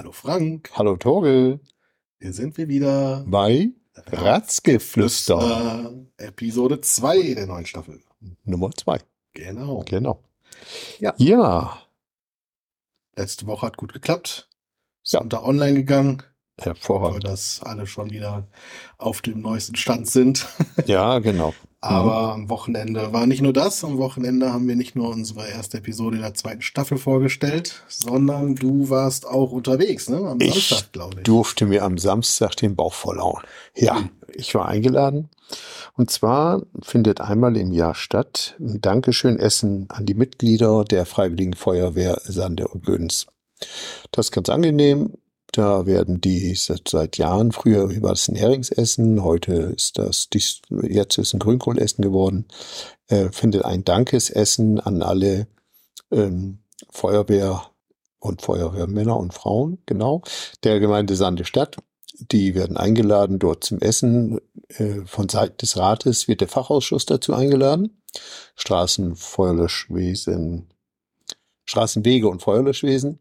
Hallo Frank, Hallo Torge, hier sind wir wieder. bei Ratzgeflüster Episode 2 der neuen Staffel. Nummer 2. Genau. Genau. Ja. Ja, Letzte Woche hat gut geklappt. Ist Ja. unter online gegangen. Hoffe, hervorragend. dass alle schon wieder auf dem neuesten Stand sind. Ja, genau. Aber am Wochenende war nicht nur das. Am Wochenende haben wir nicht nur unsere erste Episode der zweiten Staffel vorgestellt, sondern du warst auch unterwegs, ne? Am Ich Samstag, glaube ich. durfte mir am Samstag den Bauch vollhauen. Ja, ich war eingeladen. Und zwar findet einmal im Jahr statt ein Dankeschön-Essen an die Mitglieder der Freiwilligen Feuerwehr Sande und Göns. Das ist ganz angenehm. Da werden die seit Jahren, früher war das ein Heringsessen, heute ist jetzt ist ein Grünkohlessen geworden, findet ein Dankesessen an alle Feuerwehr und Feuerwehrmänner und Frauen, genau, der Gemeinde Sande Stadt. Die werden eingeladen dort zum Essen. Von Seiten des Rates wird der Fachausschuss dazu eingeladen. Straßenwege und Feuerlöschwesen.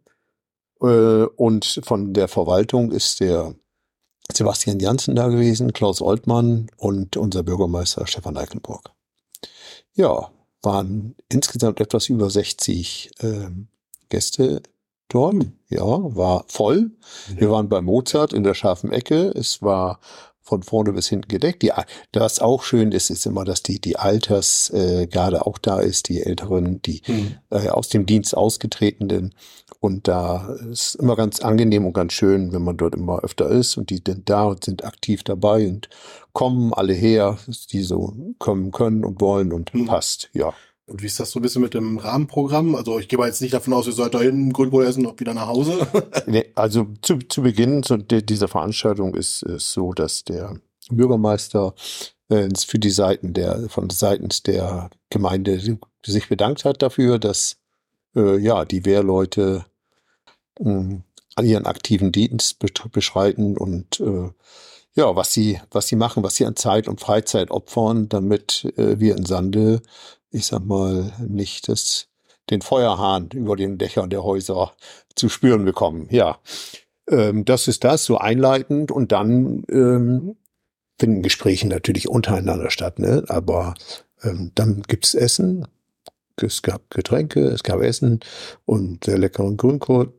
Und von der Verwaltung ist der Sebastian Janssen da gewesen, Klaus Oltmann und unser Bürgermeister Stefan Eichenburg. Ja, waren insgesamt etwas über 60 Gäste dort. Ja, war voll. Wir waren bei Mozart in der scharfen Ecke. Es war von vorne bis hinten gedeckt. Was auch schön ist, ist immer, dass die Altersgarde auch da ist, die Älteren, die aus dem Dienst ausgetretenen. Und da ist immer ganz angenehm und ganz schön, wenn man dort immer öfter ist und die sind da und sind aktiv dabei und kommen alle her, die so kommen können und wollen und passt, ja. Und wie ist das so ein bisschen mit dem Rahmenprogramm? Also ich gehe mal jetzt nicht davon aus, ihr seid da hinten, Grünkohl essen und wieder nach Hause. Nee, also zu Beginn dieser Veranstaltung ist es so, dass der Bürgermeister für die seitens der Gemeinde sich bedankt hat dafür, dass die Wehrleute an ihren aktiven Dienst beschreiten und was sie machen, was sie an Zeit und Freizeit opfern, damit wir in Sande, ich sag mal, nicht den Feuerhahn über den Dächern der Häuser zu spüren bekommen. Ja, das ist das, so einleitend. Und dann finden Gespräche natürlich untereinander statt, ne? Aber dann gibt's Essen, es gab Getränke, es gab Essen und sehr leckeren Grünkohl.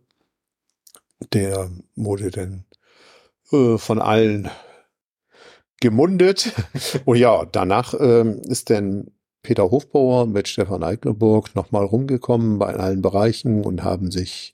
Der wurde dann von allen gemundet. Und ja, danach ist dann Peter Hofbauer mit Stefan Eichenburg nochmal rumgekommen bei allen Bereichen und haben sich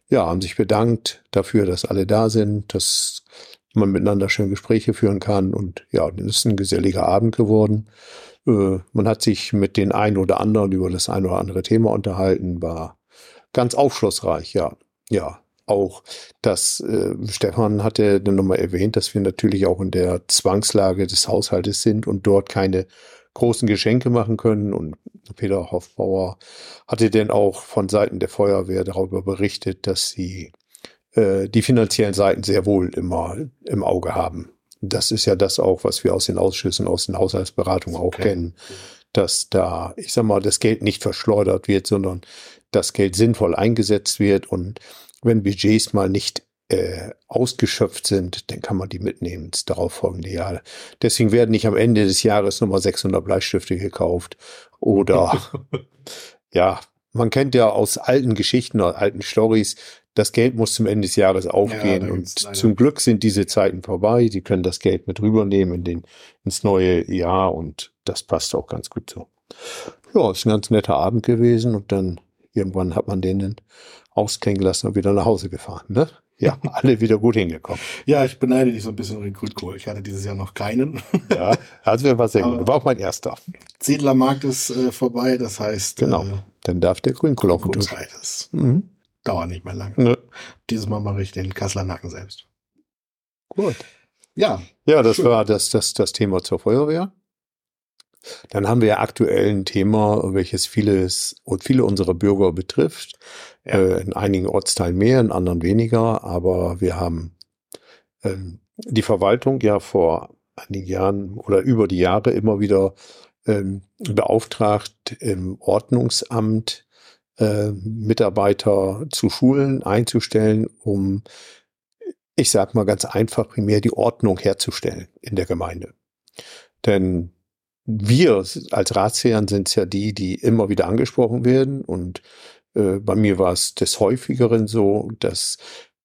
bedankt dafür, dass alle da sind, dass man miteinander schön Gespräche führen kann. Und ja, das ist ein geselliger Abend geworden. Man hat sich mit den einen oder anderen über das ein oder andere Thema unterhalten, war ganz aufschlussreich, ja. Ja, auch das, Stefan hatte dann nochmal erwähnt, dass wir natürlich auch in der Zwangslage des Haushaltes sind und dort keine großen Geschenke machen können. Und Peter Hofbauer hatte dann auch von Seiten der Feuerwehr darüber berichtet, dass sie die finanziellen Seiten sehr wohl immer im Auge haben. Das ist ja das auch, was wir aus den Ausschüssen, aus den Haushaltsberatungen auch kennen, dass da, ich sag mal, das Geld nicht verschleudert wird, sondern das Geld sinnvoll eingesetzt wird. Und wenn Budgets mal nicht ausgeschöpft sind, dann kann man die mitnehmen ins darauffolgende Jahr. Deswegen werden nicht am Ende des Jahres nochmal 600 Bleistifte gekauft. Oder, ja, man kennt ja aus alten Geschichten oder alten Storys, das Geld muss zum Ende des Jahres aufgehen. Und zum Glück sind diese Zeiten vorbei. Die können das Geld mit rübernehmen ins neue Jahr. Und das passt auch ganz gut so. Ja, ist ein ganz netter Abend gewesen. Und dann irgendwann hat man den ausklingen lassen und wieder nach Hause gefahren, ne? Ja, alle wieder gut hingekommen. Ja, ich beneide dich so ein bisschen um den Grünkohl. Ich hatte dieses Jahr noch keinen. Ja, also war sehr gut. War auch mein erster. Zedlermarkt ist vorbei, das heißt... Genau, dann darf der Grünkohl auf den Tisch. Das dauert nicht mehr lange. Ne. Dieses Mal mache ich den Kasseler Nacken selbst. Gut. Ja. Ja, das war das Thema zur Feuerwehr. Dann haben wir ja aktuell ein Thema, welches viele unserer Bürger betrifft. Ja. In einigen Ortsteilen mehr, in anderen weniger. Aber wir haben die Verwaltung ja vor einigen Jahren oder über die Jahre immer wieder beauftragt, im Ordnungsamt Mitarbeiter zu Schulen einzustellen, um Ich sag mal ganz einfach, primär die Ordnung herzustellen in der Gemeinde. Denn wir als Ratsherren sind es ja die immer wieder angesprochen werden. Und bei mir war es des Häufigeren so, dass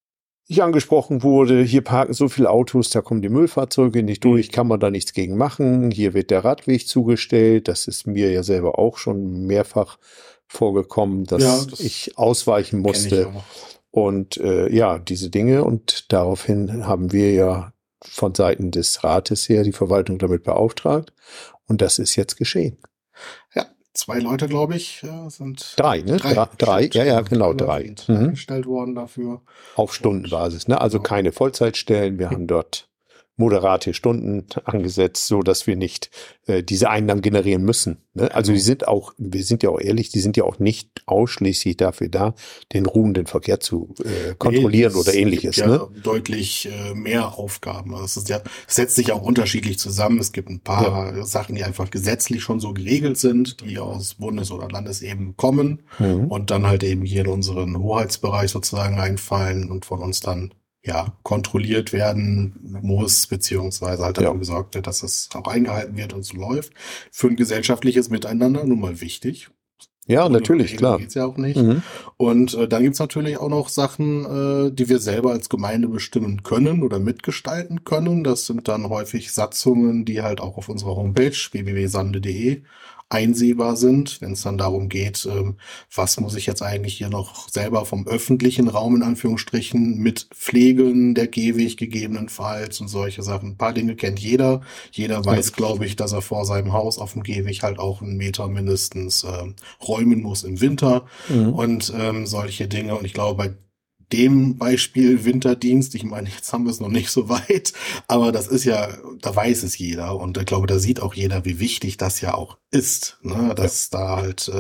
ich angesprochen wurde, hier parken so viele Autos, da kommen die Müllfahrzeuge nicht durch, kann man da nichts gegen machen. Hier wird der Radweg zugestellt. Das ist mir ja selber auch schon mehrfach vorgekommen, dass das ich ausweichen kenn ich musste. auch. Und ja, diese Dinge. Und daraufhin haben wir ja von Seiten des Rates her die Verwaltung damit beauftragt. Und das ist jetzt geschehen. Ja, 2 Leute, glaube ich, sind 3, ne? 3. stimmt. Ja, genau, 3. Sind eingestellt worden dafür. Auf Stundenbasis, ne? Also Genau. keine Vollzeitstellen. Wir haben dort moderate Stunden angesetzt, so dass wir nicht diese Einnahmen generieren müssen. Ne? Also die sind auch, wir sind ja auch ehrlich, die sind ja auch nicht ausschließlich dafür da, den ruhenden Verkehr zu kontrollieren oder ähnliches. Es gibt ja Ne? deutlich mehr Aufgaben. Also es setzt sich auch unterschiedlich zusammen. Es gibt ein paar Sachen, die einfach gesetzlich schon so geregelt sind, die aus Bundes- oder Landesebenen kommen und dann halt eben hier in unseren Hoheitsbereich sozusagen einfallen und von uns dann kontrolliert werden muss, beziehungsweise halt dafür gesorgt wird, dass es auch eingehalten wird und so läuft. Für ein gesellschaftliches Miteinander nun mal wichtig. Ja, natürlich, klar. Geht's ja auch nicht. Und dann gibt's natürlich auch noch Sachen, die wir selber als Gemeinde bestimmen können oder mitgestalten können. Das sind dann häufig Satzungen, die halt auch auf unserer Homepage www.sande.de einsehbar sind, wenn es dann darum geht, was muss ich jetzt eigentlich hier noch selber vom öffentlichen Raum in Anführungsstrichen mit pflegen, der Gehweg gegebenenfalls und solche Sachen. Ein paar Dinge kennt jeder. Jeder weiß, glaube ich, dass er vor seinem Haus auf dem Gehweg halt auch 1 Meter mindestens räumen muss im Winter und solche Dinge. Und ich glaube, bei dem Beispiel Winterdienst, ich meine, jetzt haben wir es noch nicht so weit, aber das ist ja, da weiß es jeder und ich glaube, da sieht auch jeder, wie wichtig das ja auch ist, ne? Dass da halt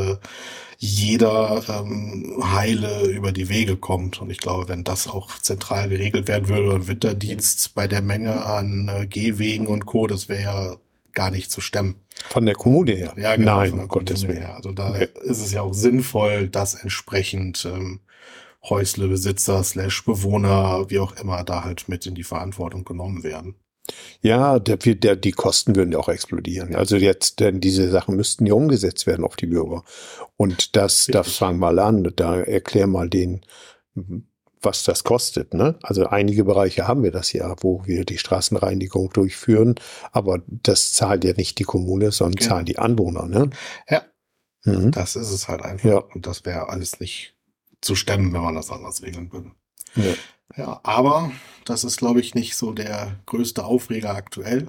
jeder heile über die Wege kommt und ich glaube, wenn das auch zentral geregelt werden würde, ein Winterdienst bei der Menge an Gehwegen und Co., das wäre ja gar nicht zu stemmen. Von der Kommune her? Ja, genau, Nein, von der um Gottes Kommune Willen. her. Also da ist es ja auch sinnvoll, dass entsprechend Häuslebesitzer / Bewohner, wie auch immer, da halt mit in die Verantwortung genommen werden. Ja, die Kosten würden ja auch explodieren. Also jetzt, denn diese Sachen müssten ja umgesetzt werden auf die Bürger. Und das fang mal an, da erklär mal denen, was das kostet, ne? Also einige Bereiche haben wir das ja, wo wir die Straßenreinigung durchführen, aber das zahlt ja nicht die Kommune, sondern zahlen die Anwohner, ne? Ja, das ist es halt einfach. Ja. Und das wäre alles nicht zu stemmen, wenn man das anders regeln würde. Ja. Ja, aber das ist, glaube ich, nicht so der größte Aufreger aktuell,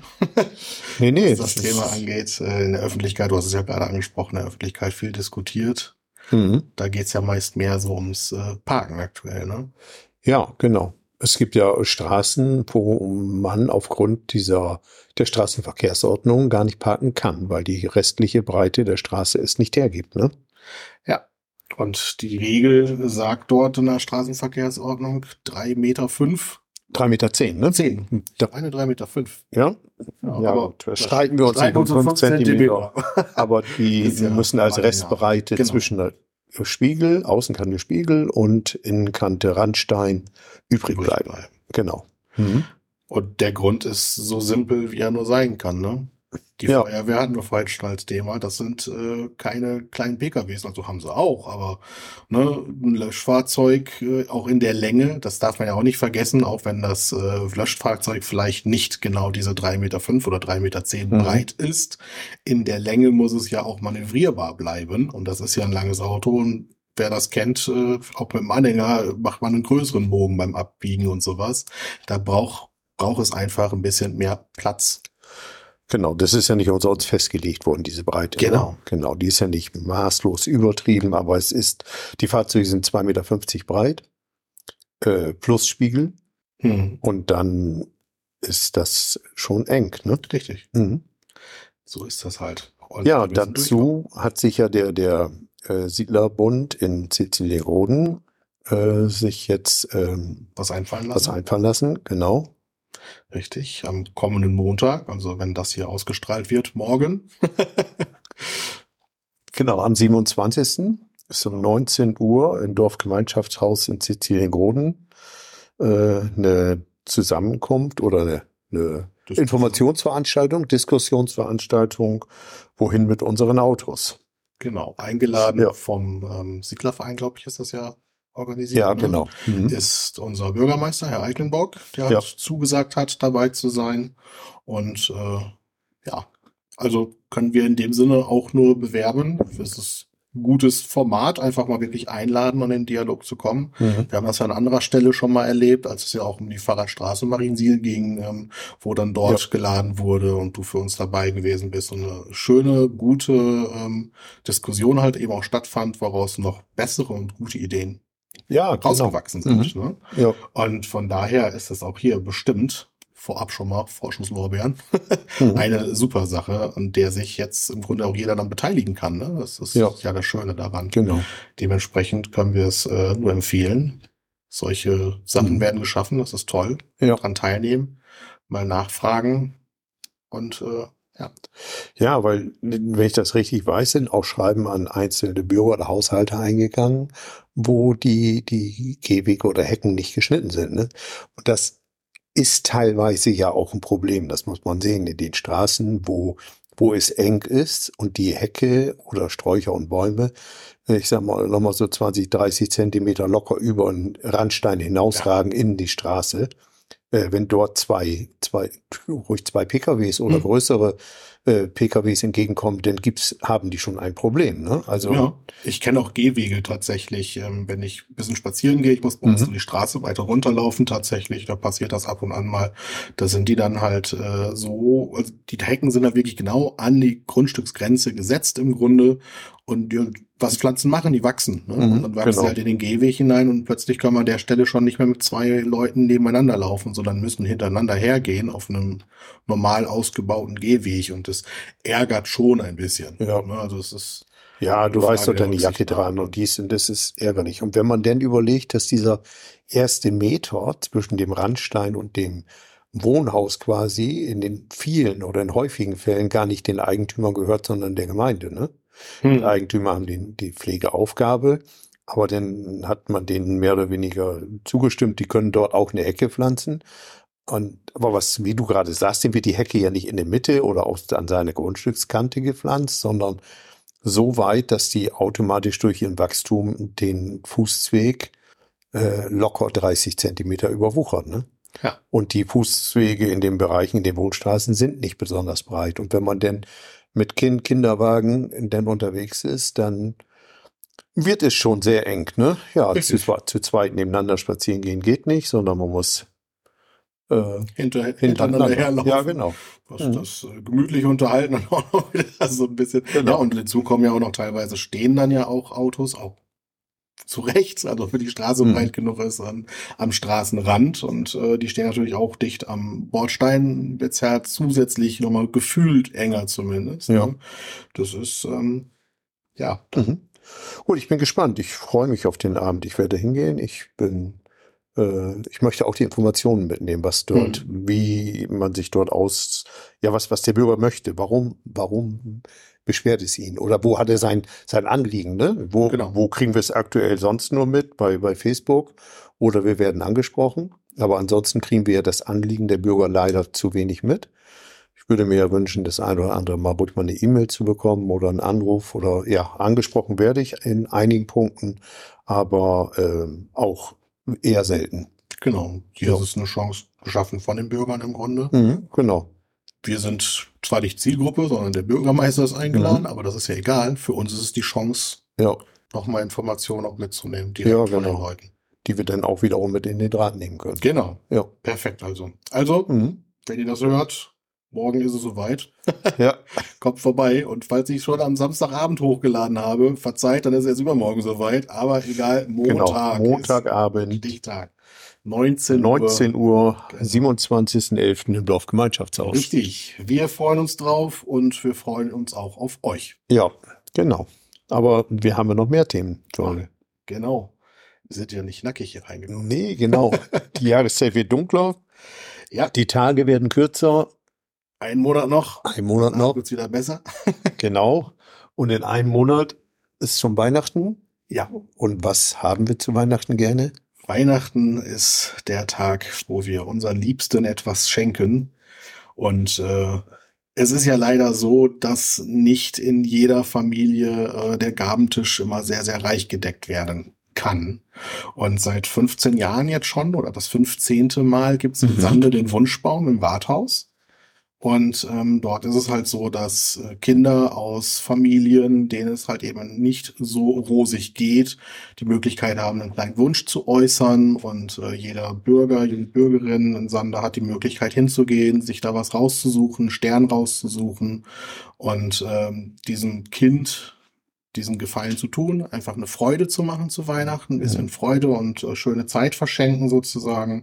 Nee, was das Thema angeht. In der Öffentlichkeit, du hast es ja gerade angesprochen, in der Öffentlichkeit viel diskutiert. Da geht's ja meist mehr so ums Parken aktuell, ne? Ja, genau. Es gibt ja Straßen, wo man aufgrund der Straßenverkehrsordnung gar nicht parken kann, weil die restliche Breite der Straße es nicht hergibt, ne? Ja. Und die Regel sagt dort in der Straßenverkehrsordnung 3,5 Meter. 3,10 Meter, ne? 10. Eine 3,5 Meter. Ja. Ja, aber da streiten wir uns um 5 Zentimeter. Aber die ja müssen als marginal. Restbreite Genau. zwischen der Spiegel, Außenkante Spiegel und Innenkante Randstein übrig bleiben. Genau. Und der Grund ist so simpel, wie er nur sein kann, ne? Die Feuerwehr hatten wir vorhin schon als Thema. Das sind keine kleinen PKWs, also haben sie auch, aber ne, ein Löschfahrzeug auch in der Länge, das darf man ja auch nicht vergessen, auch wenn das Löschfahrzeug vielleicht nicht genau diese 3,5 Meter oder 3,10 Meter breit ist. In der Länge muss es ja auch manövrierbar bleiben und das ist ja ein langes Auto und wer das kennt, auch mit dem Anhänger macht man einen größeren Bogen beim Abbiegen und sowas. Da braucht es einfach ein bisschen mehr Platz. Genau, das ist ja nicht umsonst festgelegt worden, diese Breite. Genau. Ne? Genau, die ist ja nicht maßlos übertrieben, aber die Fahrzeuge sind 2,50 Meter breit, plus Spiegel. Und dann ist das schon eng, ne? Richtig. So ist das halt. Und ja, dazu hat sich ja der Siedlerbund in Cäcilienroden sich jetzt was einfallen lassen, genau. Richtig, am kommenden Montag, also wenn das hier ausgestrahlt wird, morgen. Genau, am 27. ist um 19 Uhr im Dorfgemeinschaftshaus in Cäcilienroden eine zusammenkommt oder eine Diskussion. Informationsveranstaltung, Diskussionsveranstaltung, wohin mit unseren Autos. Genau, eingeladen Ja. vom Siedlerverein, glaube ich, ist das ja organisiert. Ja, ne? genau. Mhm. Ist unser Bürgermeister, Herr Eichenbock, der Ja. halt zugesagt hat, dabei zu sein. Und ja, also können wir in dem Sinne auch nur bewerben. Es ist ein gutes Format, einfach mal wirklich einladen und in den Dialog zu kommen. Mhm. Wir haben das ja an anderer Stelle schon mal erlebt, als es ja auch um die Fahrradstraße Mariensiel ging, wo dann dort geladen wurde und du für uns dabei gewesen bist und eine schöne, gute Diskussion halt eben auch stattfand, woraus noch bessere und gute Ideen Ja, genau. rausgewachsen sind. Ne? Ja. Und von daher ist es auch hier bestimmt vorab schon mal Vorschusslorbeeren Mhm. eine super Sache, an der sich jetzt im Grunde auch jeder dann beteiligen kann. Ne? Das ist Ja. ja das Schöne daran. Genau. Dementsprechend können wir es nur empfehlen. Solche Sachen Mhm. werden geschaffen, das ist toll. Ja. Dran teilnehmen, mal nachfragen und ja. Ja, weil, wenn ich das richtig weiß, sind auch Schreiben an einzelne Bürger oder Haushalte eingegangen, wo die Gehwege oder Hecken nicht geschnitten sind. Ne? Und das ist teilweise ja auch ein Problem. Das muss man sehen in den Straßen, wo es eng ist und die Hecke oder Sträucher und Bäume, ich sag mal, nochmal so 20, 30 Zentimeter locker über den Randstein hinausragen in die Straße. Wenn dort ruhig zwei PKWs oder größere PKWs entgegenkommen, dann haben die schon ein Problem. Ne? Also ja, ich kenne auch Gehwege tatsächlich, wenn ich ein bisschen spazieren gehe, ich muss bei uns so die Straße weiter runterlaufen tatsächlich, da passiert das ab und an mal, da sind die dann halt so, also die Hecken sind da wirklich genau an die Grundstücksgrenze gesetzt im Grunde und was Pflanzen machen, die wachsen. Ne? Und dann wachsen sie halt in den Gehweg hinein und plötzlich kann man an der Stelle schon nicht mehr mit zwei Leuten nebeneinander laufen, sondern müssen hintereinander hergehen auf einem normal ausgebauten Gehweg und das ärgert schon ein bisschen. Ja. Ne? Also es ist ja, du hast doch deine Jacke Rücksicht dran und dies und das ist ärgerlich. Und wenn man dann überlegt, dass dieser erste Meter zwischen dem Randstein und dem Wohnhaus quasi in den vielen oder in häufigen Fällen gar nicht den Eigentümer gehört, sondern der Gemeinde, ne? Die Eigentümer haben die Pflegeaufgabe, aber dann hat man denen mehr oder weniger zugestimmt, die können dort auch eine Hecke pflanzen. Aber wie du gerade sagst, dann wird die Hecke ja nicht in der Mitte oder an seine Grundstückskante gepflanzt, sondern so weit, dass die automatisch durch ihren Wachstum den Fußweg locker 30 Zentimeter überwuchert. Ne? Ja. Und die Fußwege in den Bereichen, in den Wohnstraßen sind nicht besonders breit. Und wenn man denn mit Kinderwagen dann unterwegs ist, dann wird es schon sehr eng. Ne? Ja, zu zweit nebeneinander spazieren gehen geht nicht, sondern man muss hintereinander herlaufen. Ja, genau. Das gemütlich unterhalten und auch noch wieder so ein bisschen. Genau. Ja, und dazu kommen ja auch noch teilweise stehen dann ja auch Autos, auch zu Recht, also wenn die Straße breit genug ist am Straßenrand und die stehen natürlich auch dicht am Bordstein, jetzt ja zusätzlich nochmal gefühlt enger zumindest. Ja. Ne? Das ist, ja. Gut, ich bin gespannt. Ich freue mich auf den Abend. Ich werde hingehen. Ich möchte auch die Informationen mitnehmen, was dort, wie man sich dort was der Bürger möchte. Warum beschwert es ihn? Oder wo hat er sein Anliegen, ne? Wo kriegen wir es aktuell sonst nur mit? Bei Facebook? Oder wir werden angesprochen. Aber ansonsten kriegen wir ja das Anliegen der Bürger leider zu wenig mit. Ich würde mir ja wünschen, das ein oder andere Mal wirklich mal eine E-Mail zu bekommen oder einen Anruf oder angesprochen werde ich in einigen Punkten, aber auch eher selten. Genau. Hier ist es eine Chance geschaffen von den Bürgern im Grunde. Genau. Wir sind zwar nicht Zielgruppe, sondern der Bürgermeister ist eingeladen, aber das ist ja egal. Für uns ist es die Chance, nochmal Informationen auch mitzunehmen, direkt von den Leuten. Die wir dann auch wiederum mit in den Draht nehmen können. Genau. Ja. Perfekt also. Wenn ihr das hört, morgen ist es soweit. Ja. Kommt vorbei. Und falls ich schon am Samstagabend hochgeladen habe, verzeiht, dann ist es jetzt übermorgen soweit. Aber egal, Montagabend. Stichtag. 19 Uhr, 27.11. im Dorfgemeinschaftshaus. Richtig. Wir freuen uns drauf und wir freuen uns auch auf euch. Ja, genau. Aber wir haben ja noch mehr Themen, Johnny. Genau. Wir sind ja nicht nackig hier reingekommen. Nee, genau. Die Jahreszeit wird dunkler. Ja. Die Tage werden kürzer. Ein Monat noch. Dann wird's wieder besser. Genau. Und in einem Monat ist schon Weihnachten. Ja. Und was haben wir zu Weihnachten gerne? Weihnachten ist der Tag, wo wir unseren Liebsten etwas schenken. Und es ist ja leider so, dass nicht in jeder Familie der Gabentisch immer sehr, sehr reich gedeckt werden kann. Und seit 15 Jahren jetzt schon, oder das 15. Mal, gibt es in Sande den Wunschbaum im Rathaus. Und dort ist es halt so, dass Kinder aus Familien, denen es halt eben nicht so rosig geht, die Möglichkeit haben, einen kleinen Wunsch zu äußern. Und jeder Bürger, jede Bürgerin in Sander hat die Möglichkeit hinzugehen, sich da was rauszusuchen, einen Stern rauszusuchen und diesem Kind diesen Gefallen zu tun, einfach eine Freude zu machen zu Weihnachten, ein bisschen Freude und schöne Zeit verschenken sozusagen.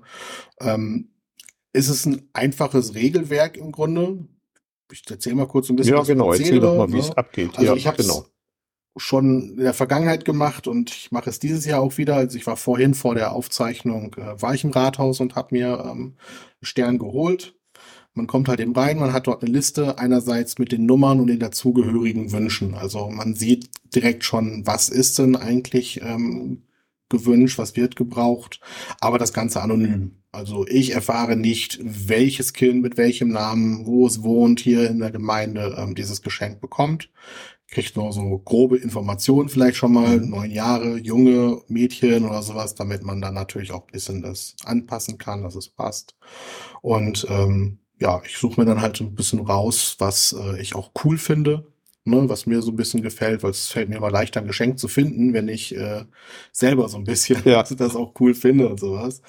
Ist es ein einfaches Regelwerk im Grunde? Ich erzähle mal kurz ein bisschen Ja, genau. Erzähl doch mal, wie es abgeht. Also ja, ich habe es schon in der Vergangenheit gemacht und ich mache es dieses Jahr auch wieder. Also ich war vorhin vor der Aufzeichnung, war ich im Rathaus und habe mir einen Stern geholt. Man kommt halt eben rein, man hat dort eine Liste, einerseits mit den Nummern und den dazugehörigen Wünschen. Also man sieht direkt schon, was ist denn eigentlich gewünscht, was wird gebraucht, aber das Ganze anonym. Also ich erfahre nicht, welches Kind mit welchem Namen, wo es wohnt, hier in der Gemeinde dieses Geschenk bekommt. Kriegt nur so grobe Informationen vielleicht schon mal, 9 Jahre, junge Mädchen oder sowas, damit man dann natürlich auch ein bisschen das anpassen kann, dass es passt. Und ja, ich suche mir dann halt ein bisschen raus, was ich auch cool finde. Ne, was mir so ein bisschen gefällt, weil es fällt mir immer leichter, ein Geschenk zu finden, wenn ich selber so ein bisschen das auch cool finde und sowas.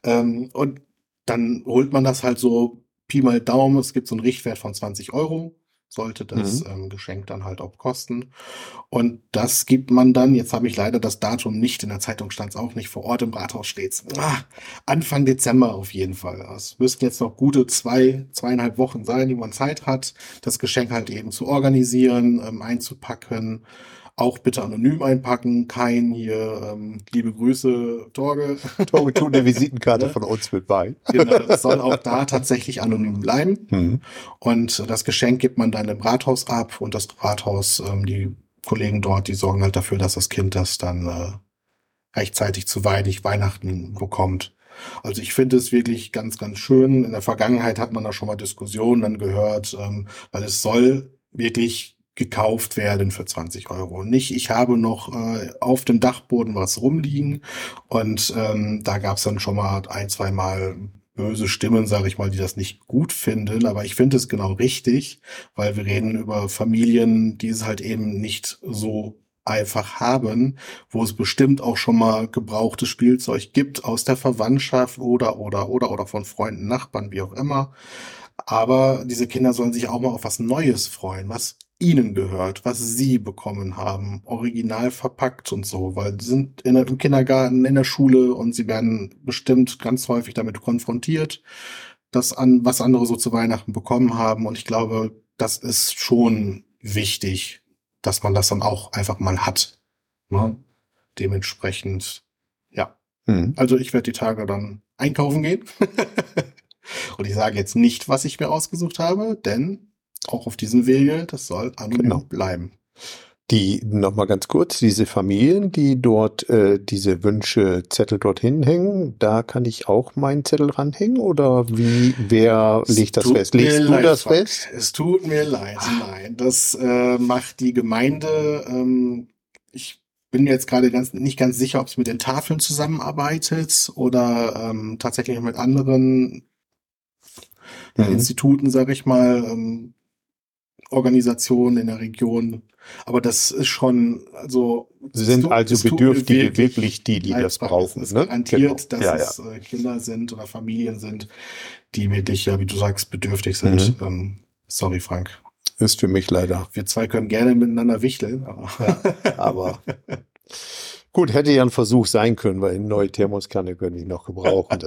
Und dann holt man das halt so Pi mal Daumen. Es gibt so einen Richtwert von 20 Euro, sollte das Geschenk dann halt auch kosten. Und das gibt man dann, jetzt habe ich leider das Datum nicht, in der Zeitung stand es auch nicht, vor Ort im Rathaus steht's. Anfang Dezember auf jeden Fall. Es müssten jetzt noch gute 2,5 Wochen sein, die man Zeit hat, das Geschenk halt eben zu organisieren, einzupacken. Auch bitte anonym einpacken, kein hier, liebe Grüße, Torge. Torge tut eine Visitenkarte von uns mit bei. Genau, das soll auch da tatsächlich anonym bleiben. Und das Geschenk gibt man dann im Rathaus ab und das Rathaus, die Kollegen dort, die sorgen halt dafür, dass das Kind das dann rechtzeitig zu Weihnachten bekommt. Also ich finde es wirklich ganz, ganz schön. In der Vergangenheit hat man da schon mal Diskussionen dann gehört, weil es soll wirklich gekauft werden für 20 Euro. Nicht, ich habe noch auf dem Dachboden was rumliegen und da gab es dann schon mal 1-2 Mal böse Stimmen, sage ich mal, die das nicht gut finden, aber ich finde es genau richtig, weil wir reden über Familien, die es halt eben nicht so einfach haben, wo es bestimmt auch schon mal gebrauchtes Spielzeug gibt aus der Verwandtschaft oder von Freunden, Nachbarn, wie auch immer. Aber diese Kinder sollen sich auch mal auf was Neues freuen, was ihnen gehört, was sie bekommen haben, original verpackt und so, weil die sind im Kindergarten, in der Schule und sie werden bestimmt ganz häufig damit konfrontiert, was andere so zu Weihnachten bekommen haben. Und ich glaube, das ist schon wichtig, dass man das dann auch einfach mal hat. Ne? Dementsprechend, ja. Also ich werde die Tage dann einkaufen gehen. Und ich sage jetzt nicht, was ich mir ausgesucht habe, denn auch auf diesem Wege, das soll anonym bleiben. Noch mal ganz kurz, diese Familien, die dort diese Wünsche-Zettel dorthin hängen, da kann ich auch meinen Zettel ranhängen oder wer legt das fest? Legst du das fest? Es tut mir leid, nein, das macht die Gemeinde. Ich bin mir jetzt gerade nicht ganz sicher, ob es mit den Tafeln zusammenarbeitet oder tatsächlich mit anderen Instituten, sage ich mal, Organisationen in der Region. Aber das ist schon, also sind Bedürftige wirklich die das brauchen. Es ist garantiert, dass es Kinder sind oder Familien sind, die wirklich, ja, wie du sagst, bedürftig sind. Sorry, Frank. Ist für mich leider. Wir zwei können gerne miteinander wichteln, aber gut, hätte ja ein Versuch sein können, weil eine neue Thermoskanne können die noch gebrauchen.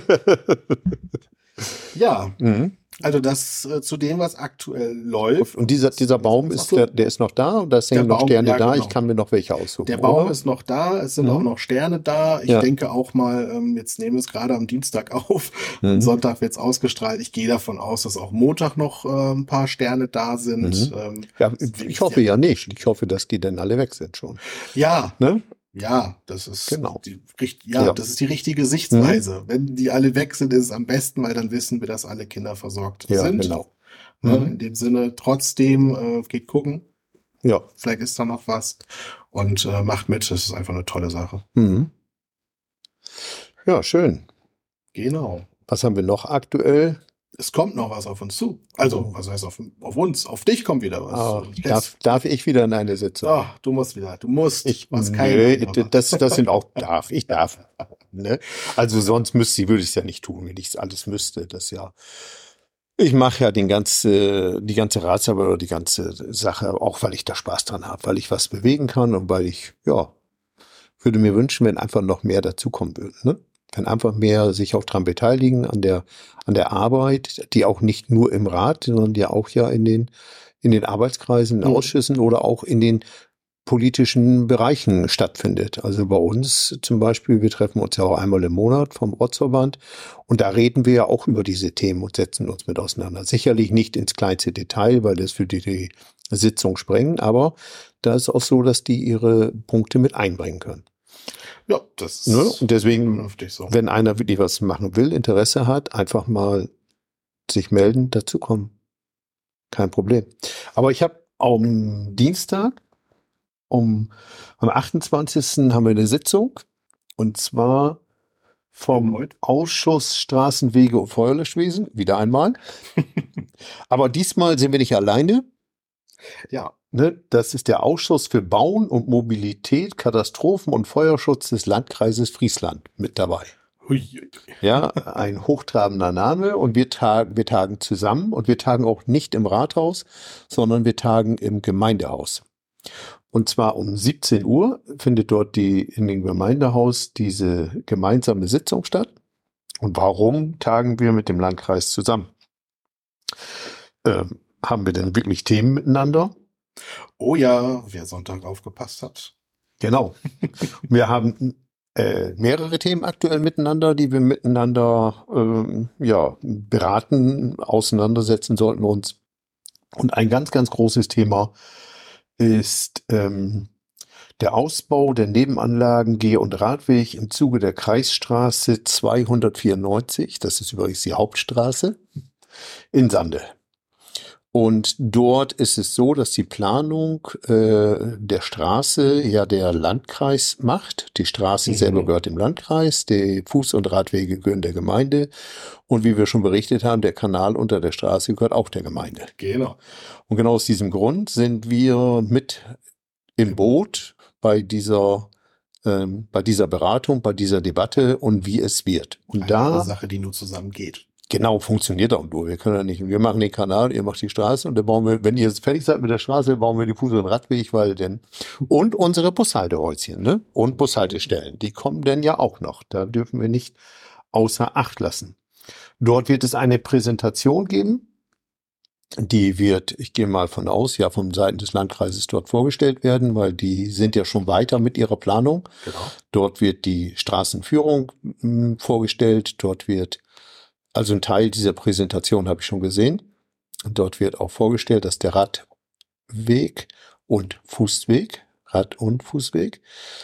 Ja, also das zu dem, was aktuell läuft. Und dieser Baum der ist noch da und da hängen noch Sterne da. Genau. Ich kann mir noch welche aussuchen. Der Baum ist noch da, es sind auch noch Sterne da. Ich denke auch mal, jetzt nehmen wir es gerade am Dienstag auf. Sonntag wird es ausgestrahlt. Ich gehe davon aus, dass auch Montag noch ein paar Sterne da sind. Ich hoffe ja nicht. Ich hoffe, dass die dann alle weg sind schon. Ja. Ne? Ja, das ist Genau. ja, Ja. das ist die richtige Mhm. Sichtweise. Wenn die alle weg sind, ist es am besten, weil dann wissen wir, dass alle Kinder versorgt Ja, sind. genau. Ne? Mhm. In dem Sinne, trotzdem geht gucken, Ja. vielleicht ist da noch was und macht mit. Das ist einfach eine tolle Sache. Mhm. Ja, schön. Genau. Was haben wir noch aktuell? Es kommt noch was auf uns zu. Also, was heißt auf uns? Auf dich kommt wieder was. Und jetzt, Darf ich wieder in eine Sitzung? du musst wieder. Du musst. Was Nö, kein anderer. das sind auch ich darf. Ne? Also sonst würde ich es ja nicht tun, wenn ich es alles müsste. Ich mache ja die ganze Ratsarbeit oder die ganze Sache, auch weil ich da Spaß dran habe, weil ich was bewegen kann und weil ich, würde mir wünschen, wenn einfach noch mehr dazukommen würde. Ne? Wenn einfach mehr sich auch dran beteiligen an der Arbeit, die auch nicht nur im Rat, sondern die auch ja in den Arbeitskreisen, in den Ausschüssen oder auch in den politischen Bereichen stattfindet. Also bei uns zum Beispiel, wir treffen uns ja auch einmal im Monat vom Ortsverband und da reden wir ja auch über diese Themen und setzen uns mit auseinander. Sicherlich nicht ins kleinste Detail, weil das für die Sitzung sprengen, aber da ist auch so, dass die ihre Punkte mit einbringen können. Ja, das ist Und deswegen, vernünftig so. wenn einer wirklich was machen will, Interesse hat, einfach mal sich melden, dazukommen. Kein Problem. Aber ich habe am Dienstag am 28. haben wir eine Sitzung und zwar vom Ausschuss Straßenwege und Feuerlöschwesen, wieder einmal. Aber diesmal sind wir nicht alleine. Ja. Ne, das ist der Ausschuss für Bauen und Mobilität, Katastrophen und Feuerschutz des Landkreises Friesland mit dabei. Hui. Ja, ein hochtrabender Name und wir tagen zusammen und wir tagen auch nicht im Rathaus, sondern wir tagen im Gemeindehaus. Und zwar um 17 Uhr findet dort in dem Gemeindehaus diese gemeinsame Sitzung statt. Und warum tagen wir mit dem Landkreis zusammen? Haben wir denn wirklich Themen miteinander? Oh ja, wer Sonntag aufgepasst hat. Genau. Wir haben mehrere Themen aktuell miteinander, die wir miteinander beraten, auseinandersetzen sollten uns. Und ein ganz, ganz großes Thema ist der Ausbau der Nebenanlagen Geh- und Radweg im Zuge der Kreisstraße 294, das ist übrigens die Hauptstraße, in Sande. Und dort ist es so, dass die Planung der Straße ja der Landkreis macht. Die Straße selber gehört dem Landkreis, die Fuß- und Radwege gehören der Gemeinde. Und wie wir schon berichtet haben, der Kanal unter der Straße gehört auch der Gemeinde. Genau. Und genau aus diesem Grund sind wir mit im Boot bei dieser Beratung, bei dieser Debatte und wie es wird. Und Eine Sache, die nur zusammen geht. Genau, funktioniert auch nur. Wir können ja nicht, wir machen den Kanal, ihr macht die Straße und dann bauen wir, wenn ihr fertig seid mit der Straße, bauen wir die Fuß- und Radweg, und unsere Bushaltehäuschen, ne? Und Bushaltestellen, die kommen denn ja auch noch. Da dürfen wir nicht außer Acht lassen. Dort wird es eine Präsentation geben. Die wird, ich gehe mal von aus, ja von Seiten des Landkreises dort vorgestellt werden, weil die sind ja schon weiter mit ihrer Planung. Genau. Dort wird die Straßenführung vorgestellt, also ein Teil dieser Präsentation habe ich schon gesehen. Und dort wird auch vorgestellt, dass der Radweg und Fußweg, Rad- und Fußweg,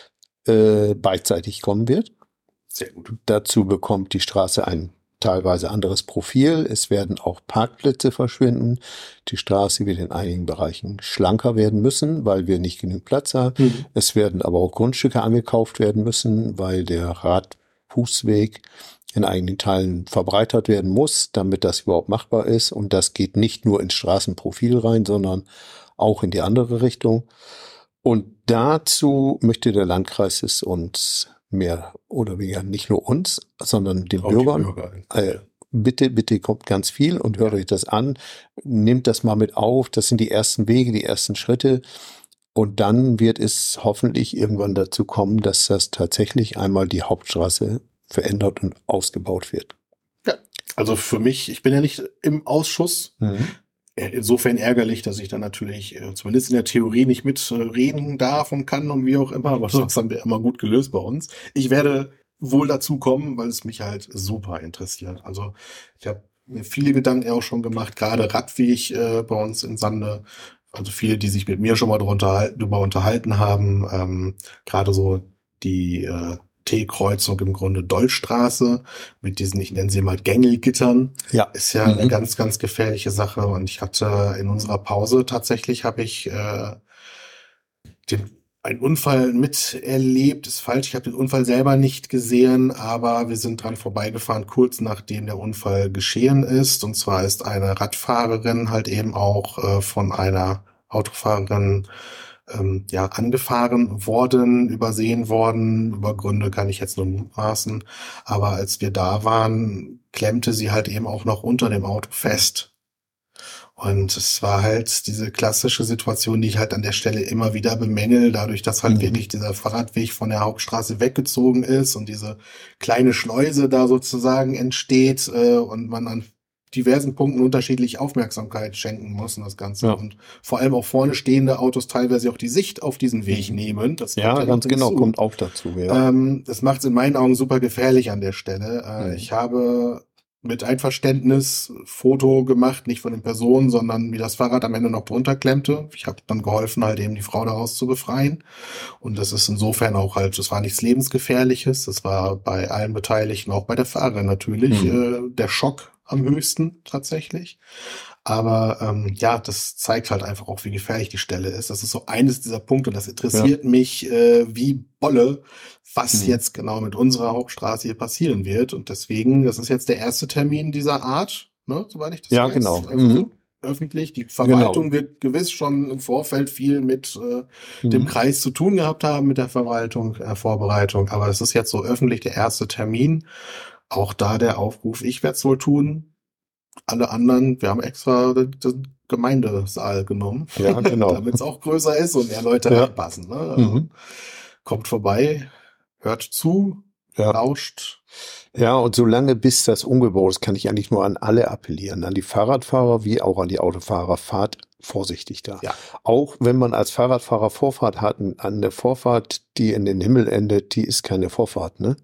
beidseitig kommen wird. Sehr gut. Dazu bekommt die Straße ein teilweise anderes Profil. Es werden auch Parkplätze verschwinden. Die Straße wird in einigen Bereichen schlanker werden müssen, weil wir nicht genug Platz haben. Es werden aber auch Grundstücke angekauft werden müssen, weil der Radfußweg in einigen Teilen verbreitert werden muss, damit das überhaupt machbar ist. Und das geht nicht nur ins Straßenprofil rein, sondern auch in die andere Richtung. Und dazu möchte der Landkreis es uns mehr oder weniger, nicht nur uns, sondern den Bürgern, bitte kommt ganz viel und hört euch das an, nehmt das mal mit auf. Das sind die ersten Wege, die ersten Schritte. Und dann wird es hoffentlich irgendwann dazu kommen, dass das tatsächlich einmal die Hauptstraße verändert und ausgebaut wird. Ja, also für mich, ich bin ja nicht im Ausschuss. Insofern ärgerlich, dass ich dann natürlich zumindest in der Theorie nicht mitreden darf und kann und wie auch immer, aber das haben wir immer gut gelöst bei uns. Ich werde wohl dazu kommen, weil es mich halt super interessiert. Also ich habe mir viele Gedanken auch schon gemacht, gerade Radweg bei uns in Sande. Also viele, die sich mit mir schon mal darüber unterhalten haben, gerade so die T-Kreuzung im Grunde Dollstraße mit diesen, ich nenne sie mal Gängelgittern. Ja. Ist ja eine ganz, ganz gefährliche Sache. Und ich hatte in unserer Pause tatsächlich, habe ich einen Unfall miterlebt. Ist falsch, ich habe den Unfall selber nicht gesehen, aber wir sind dran vorbeigefahren, kurz nachdem der Unfall geschehen ist. Und zwar ist eine Radfahrerin halt eben auch von einer Autofahrerin angefahren worden, übersehen worden. Über Gründe kann ich jetzt nur mutmaßen. Aber als wir da waren, klemmte sie halt eben auch noch unter dem Auto fest. Und es war halt diese klassische Situation, die ich halt an der Stelle immer wieder bemängel, dadurch, dass halt wirklich dieser Fahrradweg von der Hauptstraße weggezogen ist und diese kleine Schleuse da sozusagen entsteht und man an diversen Punkten unterschiedlich Aufmerksamkeit schenken muss und das Ganze. Ja. Und vor allem auch vorne stehende Autos teilweise auch die Sicht auf diesen Weg nehmen. Das kommt Ja, ganz genau, hinzu. kommt auch dazu. Ja. Das macht es in meinen Augen super gefährlich an der Stelle. Ich habe mit Einverständnis Foto gemacht, nicht von den Personen, sondern wie das Fahrrad am Ende noch drunter klemmte. Ich habe dann geholfen, halt eben die Frau daraus zu befreien. Und das ist insofern auch halt, das war nichts Lebensgefährliches. Das war bei allen Beteiligten, auch bei der Fahrerin natürlich, der Schock am höchsten tatsächlich. Aber das zeigt halt einfach auch, wie gefährlich die Stelle ist. Das ist so eines dieser Punkte und das interessiert mich wie Bolle, was jetzt genau mit unserer Hauptstraße hier passieren wird. Und deswegen, das ist jetzt der erste Termin dieser Art, ne, soweit ich das weiß. Genau. Also öffentlich. Die Verwaltung wird gewiss schon im Vorfeld viel mit dem Kreis zu tun gehabt haben, mit der Verwaltung, Vorbereitung. Aber es ist jetzt so öffentlich der erste Termin. Auch da der Aufruf, ich werde es wohl tun. Alle anderen, wir haben extra den Gemeindesaal genommen, Ja, genau. damit es auch größer ist und mehr Leute reinpassen. Ne? Also, kommt vorbei, hört zu, lauscht. Ja, und solange bis das umgebaut ist, kann ich eigentlich nur an alle appellieren, an die Fahrradfahrer wie auch an die Autofahrer, fahrt vorsichtig da. Ja. Auch wenn man als Fahrradfahrer Vorfahrt hat, an der Vorfahrt, die in den Himmel endet, die ist keine Vorfahrt, ne?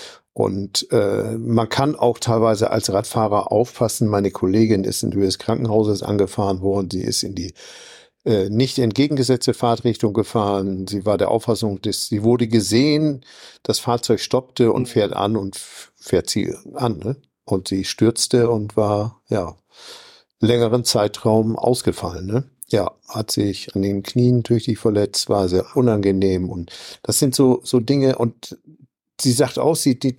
Und man kann auch teilweise als Radfahrer aufpassen. Meine Kollegin ist in Höhe des Krankenhauses angefahren worden. Sie ist in die nicht entgegengesetzte Fahrtrichtung gefahren. Sie war der Auffassung, sie wurde gesehen, das Fahrzeug stoppte und fährt an und fährt sie an. Ne? Und sie stürzte und war längeren Zeitraum ausgefallen. Ne? Ja, hat sich an den Knien tüchtig verletzt, war sehr unangenehm. Und das sind so Dinge. Und sie sagt auch,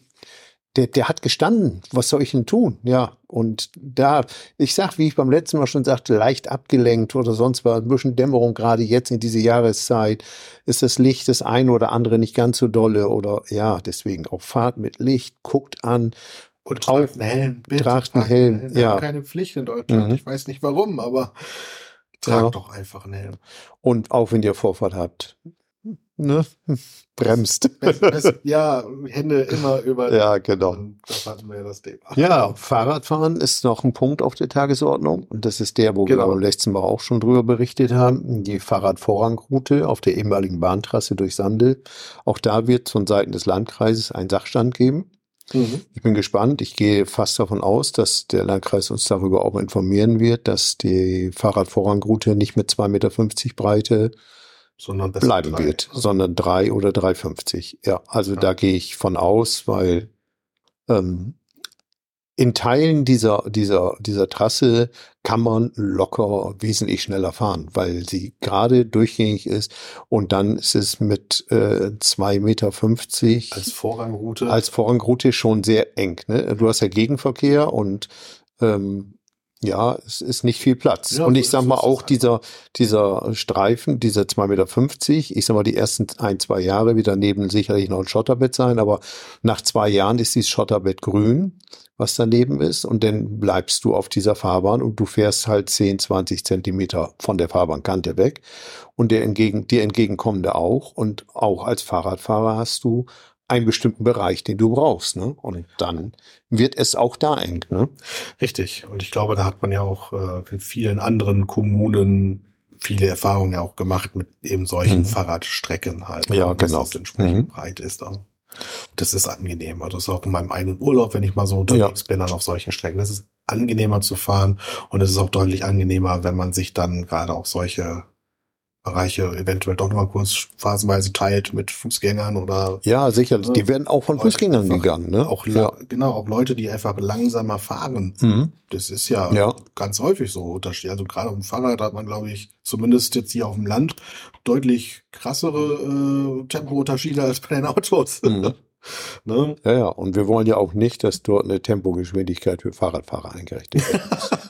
der hat gestanden. Was soll ich denn tun? Ja, und da, ich sag, wie ich beim letzten Mal schon sagte, leicht abgelenkt oder sonst was, ein bisschen Dämmerung, gerade jetzt in diese Jahreszeit, ist das Licht das eine oder andere nicht ganz so dolle oder deswegen auch Fahrt mit Licht, guckt an. Und tragt einen Helm, bitte. Tragt einen Helm, Wir haben keine Pflicht in Deutschland. Ich weiß nicht warum, aber tragt doch einfach einen Helm. Und auch wenn ihr Vorfahrt habt, ne? Bremst. Hände immer über. Ja, genau. Das hatten wir ja das Thema. Ja, Fahrradfahren ist noch ein Punkt auf der Tagesordnung. Und das ist der, wo wir beim letzten Mal auch schon drüber berichtet haben. Die Fahrradvorrangroute auf der ehemaligen Bahntrasse durch Sandel. Auch da wird von Seiten des Landkreises ein Sachstand geben. Ich bin gespannt. Ich gehe fast davon aus, dass der Landkreis uns darüber auch informieren wird, dass die Fahrradvorrangroute nicht mit 2,50 Meter Breite bleiben wird, sondern 3 oder 3,50. Ja, also da gehe ich von aus, weil in Teilen dieser Trasse kann man locker wesentlich schneller fahren, weil sie gerade durchgängig ist und dann ist es mit 2,50 Meter als Vorrangroute schon sehr eng. Ne? Du hast ja Gegenverkehr und es ist nicht viel Platz. Ja, und ich sag mal auch dieser Streifen, dieser 2,50 Meter, ich sag mal die ersten 1-2 Jahre wird daneben sicherlich noch ein Schotterbett sein, aber nach 2 Jahren ist dieses Schotterbett grün, was daneben ist und dann bleibst du auf dieser Fahrbahn und du fährst halt 10-20 Zentimeter von der Fahrbahnkante weg und dir entgegenkommende auch und auch als Fahrradfahrer hast du einen bestimmten Bereich, den du brauchst, ne? Und dann wird es auch da eng, ne? Richtig. Und ich glaube, da hat man ja auch in vielen anderen Kommunen viele Erfahrungen ja auch gemacht mit eben solchen Fahrradstrecken halt. Ja, genau. Dass es entsprechend breit ist dann. Das ist angenehm. Also das ist auch in meinem eigenen Urlaub, wenn ich mal so unterwegs bin, dann auf solchen Strecken. Das ist angenehmer zu fahren und es ist auch deutlich angenehmer, wenn man sich dann gerade auch solche Bereiche eventuell doch nochmal kurz phasenweise teilt mit Fußgängern oder Ja, sicherlich. Die werden auch von Fußgängern einfach gegangen, ne? auch genau, auch Leute, die einfach langsamer fahren. Mhm. Das ist ja, Ja. ganz häufig so Unterschied. Also gerade auf dem Fahrrad hat man, glaube ich, zumindest jetzt hier auf dem Land deutlich krassere Tempounterschiede als bei den Autos. Mhm. Ne? Ja. Und wir wollen ja auch nicht, dass dort eine Tempogeschwindigkeit für Fahrradfahrer eingerichtet wird.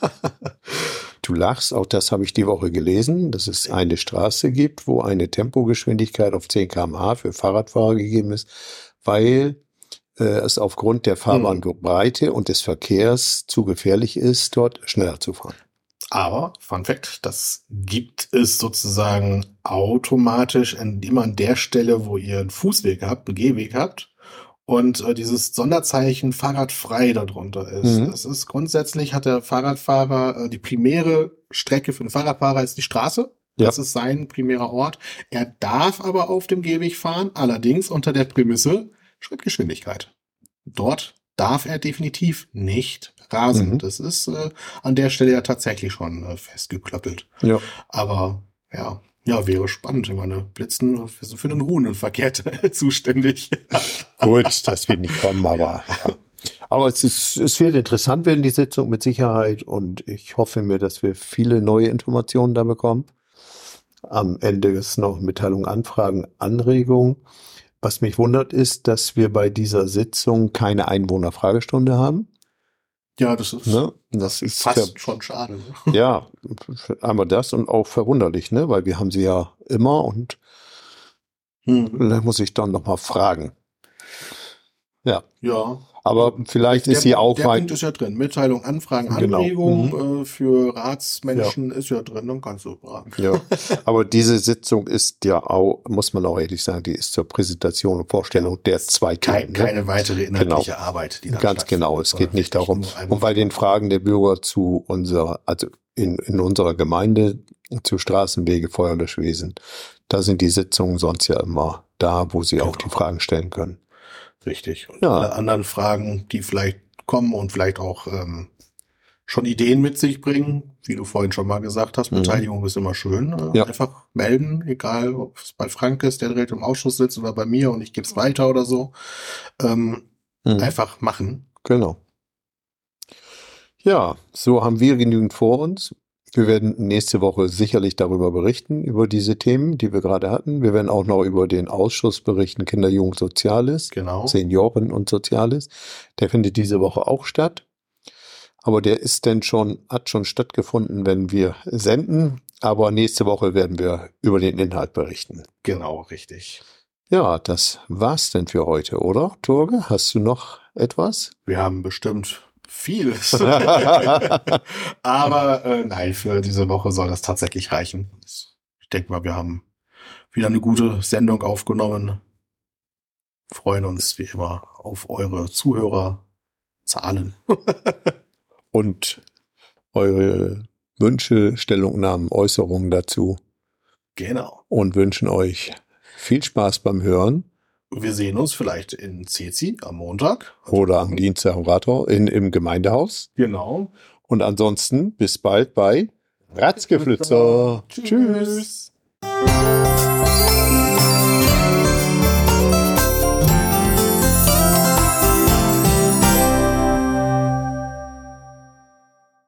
Du lachst, auch das habe ich die Woche gelesen, dass es eine Straße gibt, wo eine Tempogeschwindigkeit auf 10 km/h für Fahrradfahrer gegeben ist, weil es aufgrund der Fahrbahnbreite und des Verkehrs zu gefährlich ist, dort schneller zu fahren. Aber, Fun Fact, das gibt es sozusagen automatisch immer an der Stelle, wo ihr einen Fußweg habt, einen Gehweg habt und dieses Sonderzeichen fahrradfrei darunter ist. Mhm. Das ist grundsätzlich, hat der Fahrradfahrer, die primäre Strecke für den Fahrradfahrer ist die Straße. Ja. Das ist sein primärer Ort. Er darf aber auf dem Gehweg fahren, allerdings unter der Prämisse Schrittgeschwindigkeit. Dort darf er definitiv nicht rasen. Mhm. Das ist an der Stelle ja tatsächlich schon festgeklöppelt. Ja. Aber ja, wäre spannend. Ich meine, Blitzen, wir sind für den ruhenden Verkehr zuständig. Gut, das wird nicht kommen, aber ja. Aber es wird interessant werden, die Sitzung mit Sicherheit, und ich hoffe mir, dass wir viele neue Informationen da bekommen. Am Ende ist noch Mitteilung, Anfragen, Anregungen. Was mich wundert, ist, dass wir bei dieser Sitzung keine Einwohnerfragestunde haben. Ja, das ist, Ne? Das ist fast schon schade. Ne? Ja, einmal das und auch verwunderlich, ne? Weil wir haben sie ja immer, und da muss ich dann nochmal fragen. Ja. Ja. Aber vielleicht ist sie auch Der Punkt ist ja drin. Mitteilung, Anfragen, Genau. Anregungen für Ratsmenschen ist ja drin, dann kannst du fragen. Ja, aber diese Sitzung ist ja auch, muss man auch ehrlich sagen, die ist zur Präsentation und Vorstellung der zwei Themen. Keine weitere inhaltliche Arbeit, die da Ganz genau, es geht nicht darum. Und bei den Fragen der Bürger zu also in unserer Gemeinde zu Straßenwege, Feuer- und Löschwesen, da sind die Sitzungen sonst ja immer da, wo sie auch die Fragen stellen können. Richtig. Und Ja. alle anderen Fragen, die vielleicht kommen und vielleicht auch schon Ideen mit sich bringen, wie du vorhin schon mal gesagt hast, Beteiligung ist immer schön. Ja. Einfach melden, egal ob es bei Frank ist, der direkt im Ausschuss sitzt, oder bei mir und ich gebe es weiter oder so. Einfach machen. Genau. Ja, so haben wir genügend vor uns. Wir werden nächste Woche sicherlich darüber berichten, über diese Themen, die wir gerade hatten. Wir werden auch noch über den Ausschuss berichten, Kinder, Jugend, Soziales, Genau. Senioren und Soziales. Der findet diese Woche auch statt. Aber der hat schon stattgefunden, wenn wir senden. Aber nächste Woche werden wir über den Inhalt berichten. Genau, richtig. Ja, das war's denn für heute, oder, Torge? Hast du noch etwas? Wir haben bestimmt vieles. Aber nein, für diese Woche soll das tatsächlich reichen. Ich denke mal, wir haben wieder eine gute Sendung aufgenommen. Freuen uns wie immer auf eure Zuhörerzahlen. Und eure Wünsche, Stellungnahmen, Äußerungen dazu. Genau. Und wünschen euch viel Spaß beim Hören. Wir sehen uns vielleicht in Cezi am Montag. Oder am Dienstag im Rathaus, im Gemeindehaus. Genau. Und ansonsten bis bald bei Ratzgeflitzer. Tschüss.